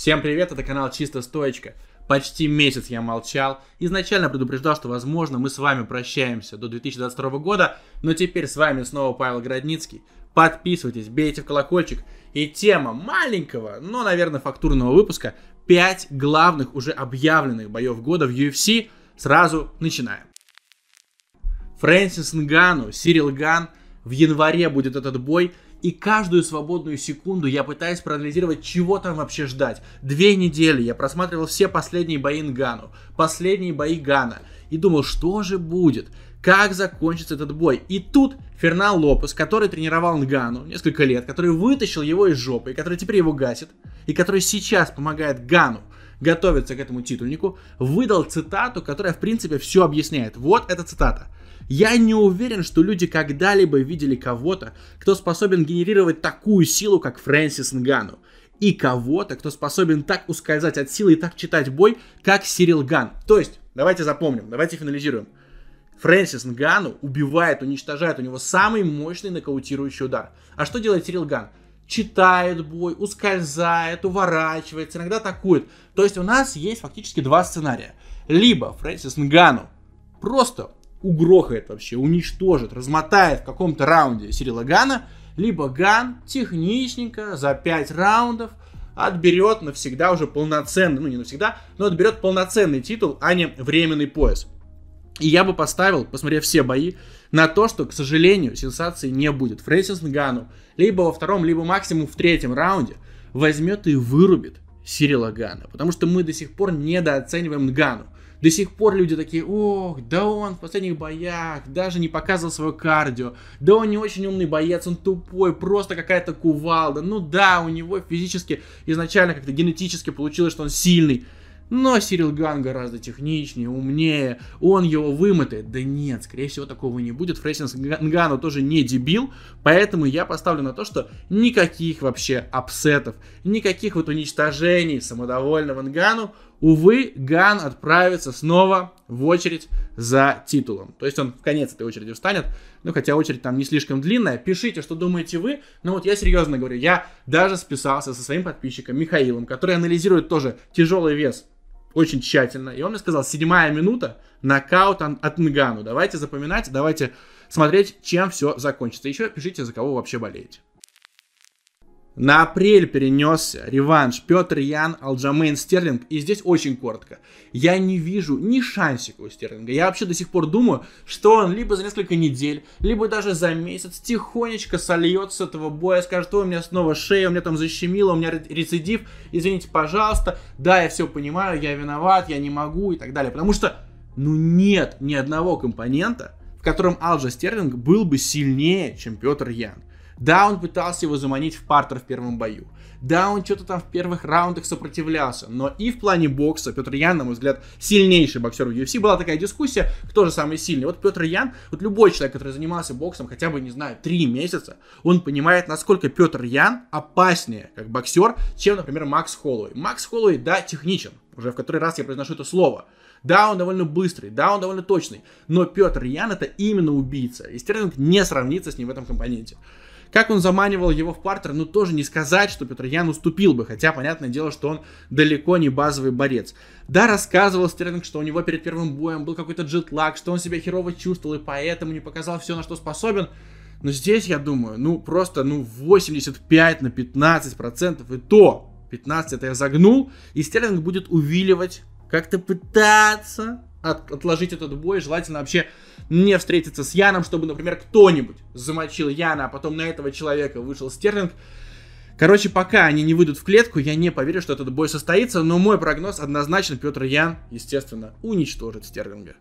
Всем привет, это канал Чисто Стоечка. Почти месяц я молчал. Изначально предупреждал, что возможно мы с вами прощаемся до 2022 года, но теперь с вами снова Павел Городницкий. Подписывайтесь, бейте в колокольчик. И тема маленького, но, наверное, фактурного выпуска 5 главных уже объявленных боев года в UFC. Сразу начинаем. Фрэнсис Нгану, Сирил Ган. В январе будет этот бой. И каждую свободную секунду я пытаюсь проанализировать, чего там вообще ждать. 2 недели я просматривал все последние бои Нгану, последние бои Гана. И думал, что же будет, как закончится этот бой. И тут Фернан Лопес, который тренировал Нгану несколько лет, который вытащил его из жопы, и который теперь его гасит, и который сейчас помогает Гану готовиться к этому титульнику, выдал цитату, которая в принципе все объясняет. Вот эта цитата. Я не уверен, что люди когда-либо видели кого-то, кто способен генерировать такую силу, как Фрэнсис Нгану. И кого-то, кто способен так ускользать от силы и так читать бой, как Сирил Ган. То есть, давайте запомним, давайте финализируем. Фрэнсис Нгану убивает, уничтожает, у него самый мощный нокаутирующий удар. А что делает Сирил Ган? Читает бой, ускользает, уворачивается, иногда атакует. То есть у нас есть фактически 2 сценария. Либо Фрэнсис Нгану просто угрохает вообще, уничтожит, размотает в каком-то раунде Сирила Гана, либо Ган техничненько за 5 раундов отберет навсегда уже полноценный, ну не навсегда, но отберет полноценный титул, а не временный пояс. И я бы поставил, посмотрев все бои, на то, что, к сожалению, сенсации не будет. Фрэнсис Нгану либо во 2-м, либо максимум в 3-м раунде возьмет и вырубит Сирила Гана, потому что мы до сих пор недооцениваем Нгану. До сих пор люди такие: ох, да он в последних боях даже не показывал свое кардио, да он не очень умный боец, он тупой, просто какая-то кувалда. Ну да, у него физически изначально как-то генетически получилось, что он сильный. Но Сирил Ган гораздо техничнее, умнее, он его вымотает. Да нет, скорее всего такого не будет. Фрэнсис Нгану тоже не дебил, поэтому я поставлю на то, что никаких вообще апсетов, никаких вот уничтожений самодовольного Нгану. Увы, Ган отправится снова в очередь за титулом. То есть он в конец этой очереди встанет. Ну, хотя очередь там не слишком длинная. Пишите, что думаете вы. Но вот я серьезно говорю, я даже списался со своим подписчиком Михаилом, который анализирует тоже тяжелый вес очень тщательно. И он мне сказал: 7-я минута, нокаут от Нгану. Давайте запоминать, давайте смотреть, чем все закончится. Еще пишите, за кого вы вообще болеете. На апрель перенесся реванш Петр Ян, Алджамейн Стерлинг. И здесь очень коротко. Я не вижу ни шансика у Стерлинга. Я вообще до сих пор думаю, что он либо за несколько недель, либо даже за месяц тихонечко сольется с этого боя, скажет: ой, у меня снова шея, у меня там защемило, у меня рецидив, извините, пожалуйста, да, я все понимаю, я виноват, я не могу и так далее. Потому что, нет ни одного компонента, в котором Алджа Стерлинг был бы сильнее, чем Петр Ян. Да, он пытался его заманить в партер в первом бою. Да, он что-то там в первых раундах сопротивлялся. Но и в плане бокса Петр Ян, на мой взгляд, сильнейший боксер в UFC. Была такая дискуссия, кто же самый сильный. Вот Петр Ян, вот любой человек, который занимался боксом хотя бы, не знаю, 3 месяца, он понимает, насколько Петр Ян опаснее как боксер, чем, например, Макс Холлоуэй. Макс Холлоуэй, да, техничен. Уже в который раз я произношу это слово. Да, он довольно быстрый, да, он довольно точный. Но Петр Ян — это именно убийца. И Стерлинг не сравнится с ним в этом компоненте. Как он заманивал его в партер, тоже не сказать, что Петр Ян уступил бы, хотя, понятное дело, что он далеко не базовый борец. Да, рассказывал Стерлинг, что у него перед первым боем был какой-то джетлаг, что он себя херово чувствовал и поэтому не показал все, на что способен. Но здесь, я думаю, просто 85 на 15%, и то 15 это я загнул, и Стерлинг будет увиливать, как-то пытаться отложить этот бой, желательно вообще не встретиться с Яном, чтобы, например, кто-нибудь замочил Яна, а потом на этого человека вышел Стерлинг. Короче, пока они не выйдут в клетку, я не поверю, что этот бой состоится, но мой прогноз однозначно: Петр Ян, естественно, уничтожит Стерлинга.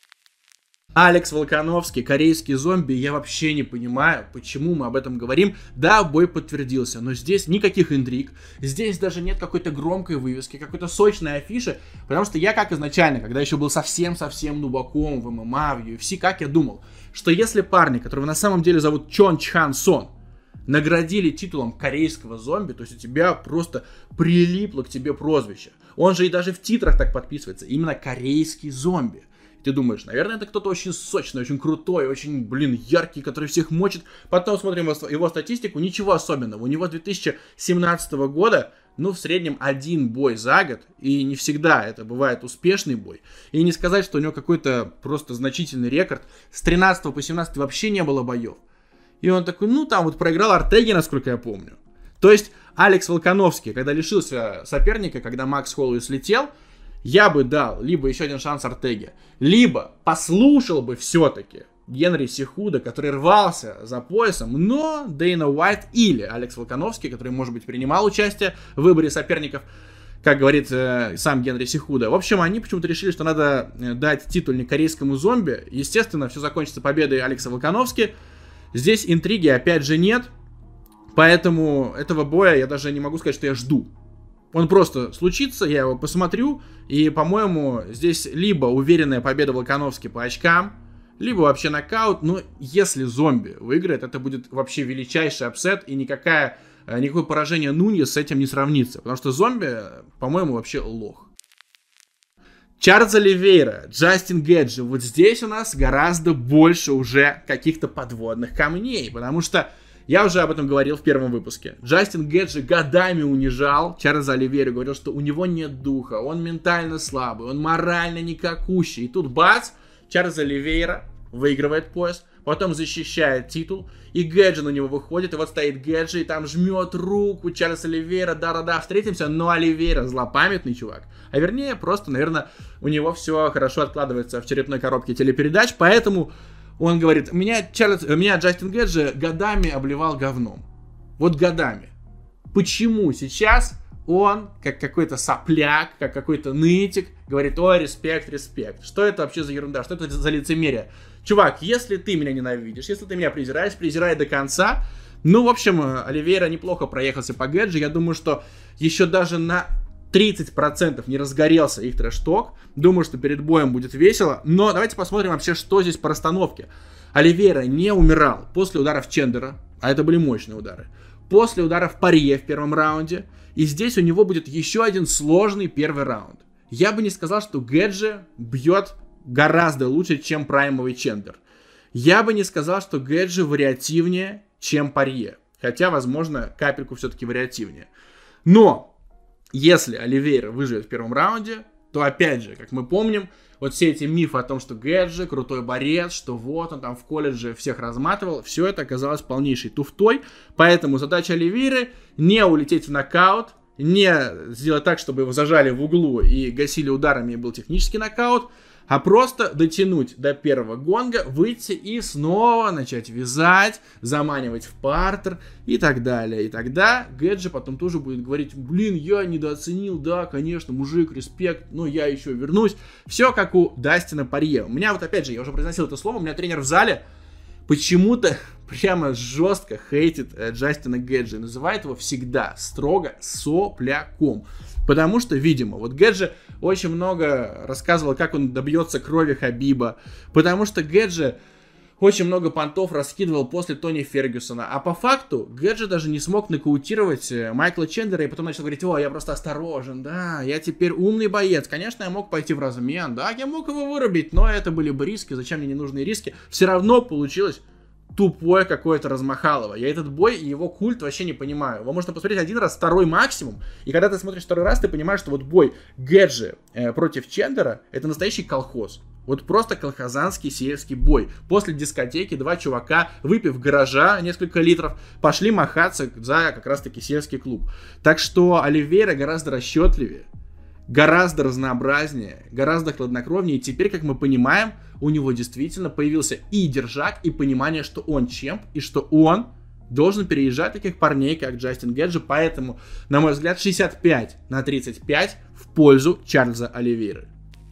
Алекс Волконовский, корейский зомби, я вообще не понимаю, почему мы об этом говорим. Да, бой подтвердился, но здесь никаких интриг, здесь даже нет какой-то громкой вывески, какой-то сочной афиши, потому что я как изначально, когда еще был совсем-совсем нубаком в ММА, в UFC, как я думал, что если парни, которого на самом деле зовут Чон Чхан Сон, наградили титулом корейского зомби, то есть у тебя просто прилипло к тебе прозвище. Он же и даже в титрах так подписывается, именно корейский зомби. Ты думаешь, наверное, это кто-то очень сочный, очень крутой, очень, яркий, который всех мочит. Потом смотрим его статистику, ничего особенного. У него 2017 года в среднем один бой за год, и не всегда это бывает успешный бой. И не сказать, что у него какой-то просто значительный рекорд. С 13 по 17 вообще не было боев. И он такой, там вот проиграл Ортеге, насколько я помню. То есть Алекс Волконовский, когда лишился соперника, когда Макс Холлоуэй слетел, я бы дал либо еще один шанс Ортеге, либо послушал бы все-таки Генри Сихуда, который рвался за поясом, но Дэйна Уайт или Алекс Волконовский, который, может быть, принимал участие в выборе соперников, как говорит сам Генри Сихуда. В общем, они почему-то решили, что надо дать титульник корейскому зомби. Естественно, все закончится победой Алекса Волконовски. Здесь интриги опять же нет, поэтому этого боя я даже не могу сказать, что я жду. Он просто случится, я его посмотрю, и, по-моему, здесь либо уверенная победа Волконовски по очкам, либо вообще нокаут. Но если зомби выиграет, это будет вообще величайший апсет, и никакое поражение Нуньес с этим не сравнится. Потому что зомби, по-моему, вообще лох. Чарльз Оливейра, Джастин Геджи. Вот здесь у нас гораздо больше уже каких-то подводных камней. Потому что я уже об этом говорил в первом выпуске. Джастин Геджи годами унижал Чарльза Оливейру, говорил, что у него нет духа, он ментально слабый, он морально никакущий. И тут бац! Чарльз Оливейра выигрывает пояс, потом защищает титул, и Геджи на него выходит, и вот стоит Геджи, и там жмет руку Чарльз Оливейра, да-да-да, встретимся, но Оливейра злопамятный чувак. А вернее, просто, наверное, у него все хорошо откладывается в черепной коробке телепередач, поэтому он говорит, меня Джастин Геджи годами обливал говном. Вот годами. Почему сейчас он, как какой-то сопляк, как какой-то нытик, говорит, ой, респект. Что это вообще за ерунда? Что это за лицемерие? Чувак, если ты меня ненавидишь, если ты меня презираешь, презирай до конца. В общем, Оливейра неплохо проехался по Геджи. Я думаю, что еще даже на 30% не разгорелся их трэш-ток. Думаю, что перед боем будет весело. Но давайте посмотрим вообще, что здесь по расстановке. Оливейра не умирал после ударов Чендера, а это были мощные удары. После ударов Порье в первом раунде. И здесь у него будет еще один сложный первый раунд. Я бы не сказал, что Геджи бьет гораздо лучше, чем праймовый Чендер. Я бы не сказал, что Геджи вариативнее, чем Порье. Хотя, возможно, капельку все-таки вариативнее. Но если Оливейра выживет в первом раунде, то опять же, как мы помним, вот все эти мифы о том, что Геджи крутой борец, что вот он там в колледже всех разматывал, все это оказалось полнейшей туфтой. Поэтому задача Оливейры не улететь в нокаут, не сделать так, чтобы его зажали в углу и гасили ударами и был технический нокаут, а просто дотянуть до первого гонга, выйти и снова начать вязать, заманивать в партер и так далее. И тогда Геджи потом тоже будет говорить, блин, я недооценил, да, конечно, мужик, респект, но я еще вернусь. Все как у Дастина Порье. У меня вот опять же, я уже произносил это слово, у меня тренер в зале почему-то прямо жестко хейтит Джастина Геджи, называет его всегда строго сопляком. Потому что, видимо, вот Геджи очень много рассказывал, как он добьется крови Хабиба. Потому что Геджи очень много понтов раскидывал после Тони Фергюсона. А по факту Геджи даже не смог нокаутировать Майкла Чендера. И потом начал говорить, о, я просто осторожен, да, я теперь умный боец. Конечно, я мог пойти в размен, да, я мог его вырубить, но это были бы риски, зачем мне ненужные риски. Все равно получилось тупое какое-то размахалово. Я этот бой и его культ вообще не понимаю. Его можно посмотреть один раз, второй максимум. И когда ты смотришь второй раз, ты понимаешь, что вот бой Геджи против Чендера это настоящий колхоз. Вот просто колхозанский сельский бой. После дискотеки два чувака, выпив гаража несколько литров, пошли махаться за как раз таки сельский клуб. Так что Оливейра гораздо расчетливее, гораздо разнообразнее, гораздо хладнокровнее. И теперь, как мы понимаем, у него действительно появился и держак, и понимание, что он чемп, и что он должен переезжать таких парней, как Джастин Геджи. Поэтому, на мой взгляд, 65-35 в пользу Чарльза Оливейры.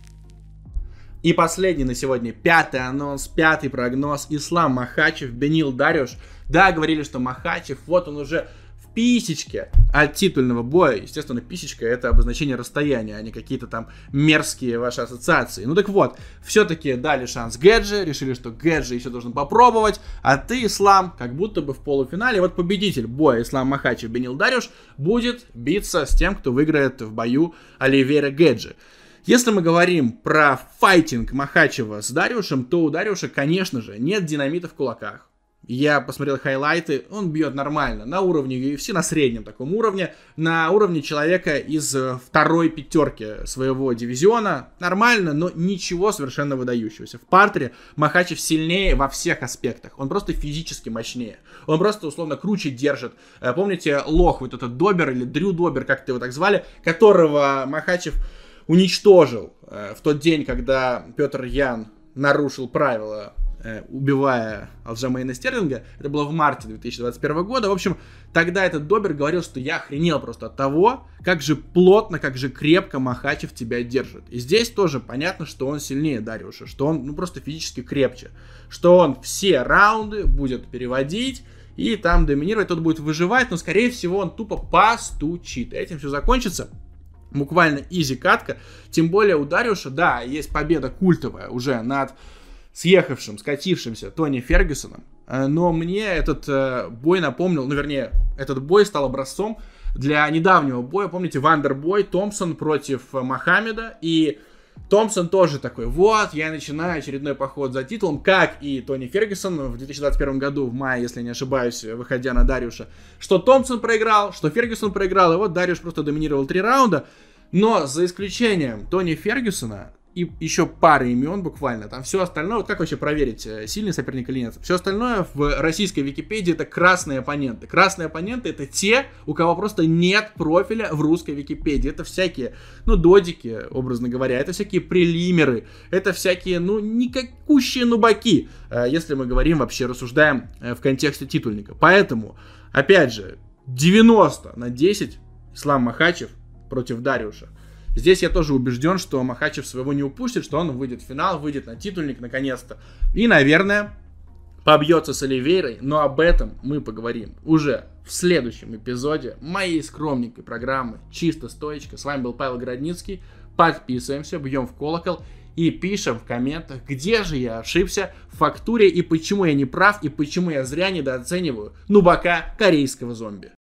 И последний на сегодня, пятый анонс, пятый прогноз. Ислам Махачев, Бенил Дариуш. Да, говорили, что Махачев, вот он уже в писечке от титульного боя. Естественно, писечка — это обозначение расстояния, а не какие-то там мерзкие ваши ассоциации. Ну так вот, все-таки дали шанс Геджи, решили, что Геджи еще должен попробовать, а ты, Ислам, как будто бы в полуфинале. Вот победитель боя Ислам Махачев, Бенил Дариуш будет биться с тем, кто выиграет в бою Оливейра Геджи. Если мы говорим про файтинг Махачева с Дариушем, то у Дариуша, конечно же, нет динамита в кулаках. Я посмотрел хайлайты, он бьет нормально, на уровне UFC, на среднем таком уровне, на уровне человека из второй пятерки своего дивизиона. Нормально, но ничего совершенно выдающегося. В партере Махачев сильнее во всех аспектах, он просто физически мощнее, он просто условно круче держит. Помните Лох, вот этот Добер или Дрю Добер, как-то его так звали, которого Махачев уничтожил в тот день, когда Петр Ян нарушил правила, убивая Алджамейна Стерлинга. Это было в марте 2021 года. В общем, тогда этот Добер говорил, что я охренел просто от того, как же плотно, как же крепко Махачев тебя держит. И здесь тоже понятно, что он сильнее Дариуша, что он просто физически крепче, что он все раунды будет переводить и там доминировать, тот будет выживать, но скорее всего он тупо постучит. И этим все закончится. Буквально изи катка. Тем более у Дариуша, да, есть победа культовая уже над съехавшим, скатившимся Тони Фергюсоном, но мне этот бой напомнил, вернее, этот бой стал образцом для недавнего боя. Помните, Вандербой, Томпсон против Мохаммеда, и Томпсон тоже такой, вот, я начинаю очередной поход за титулом, как и Тони Фергюсон в 2021 году, в мае, если не ошибаюсь, выходя на Дариуша, что Томпсон проиграл, что Фергюсон проиграл, и вот Дариуш просто доминировал 3 раунда, но за исключением Тони Фергюсона и еще пары имен буквально, там все остальное, вот как вообще проверить, сильный соперник или нет? Все остальное в российской Википедии это красные оппоненты. Красные оппоненты это те, у кого просто нет профиля в русской Википедии. Это всякие, додики, образно говоря, это всякие прелимеры, это всякие, никакущие нубаки, если мы говорим, вообще рассуждаем в контексте титульника. Поэтому, опять же, 90/10 Ислам Махачев против Дариуша. Здесь я тоже убежден, что Махачев своего не упустит, что он выйдет в финал, выйдет на титульник наконец-то. И, наверное, побьется с Оливейрой, но об этом мы поговорим уже в следующем эпизоде моей скромненькой программы «Чисто стоечка». С вами был Павел Городницкий. Подписываемся, бьем в колокол и пишем в комментах, где же я ошибся в фактуре и почему я не прав, и почему я зря недооцениваю нубака корейского зомби.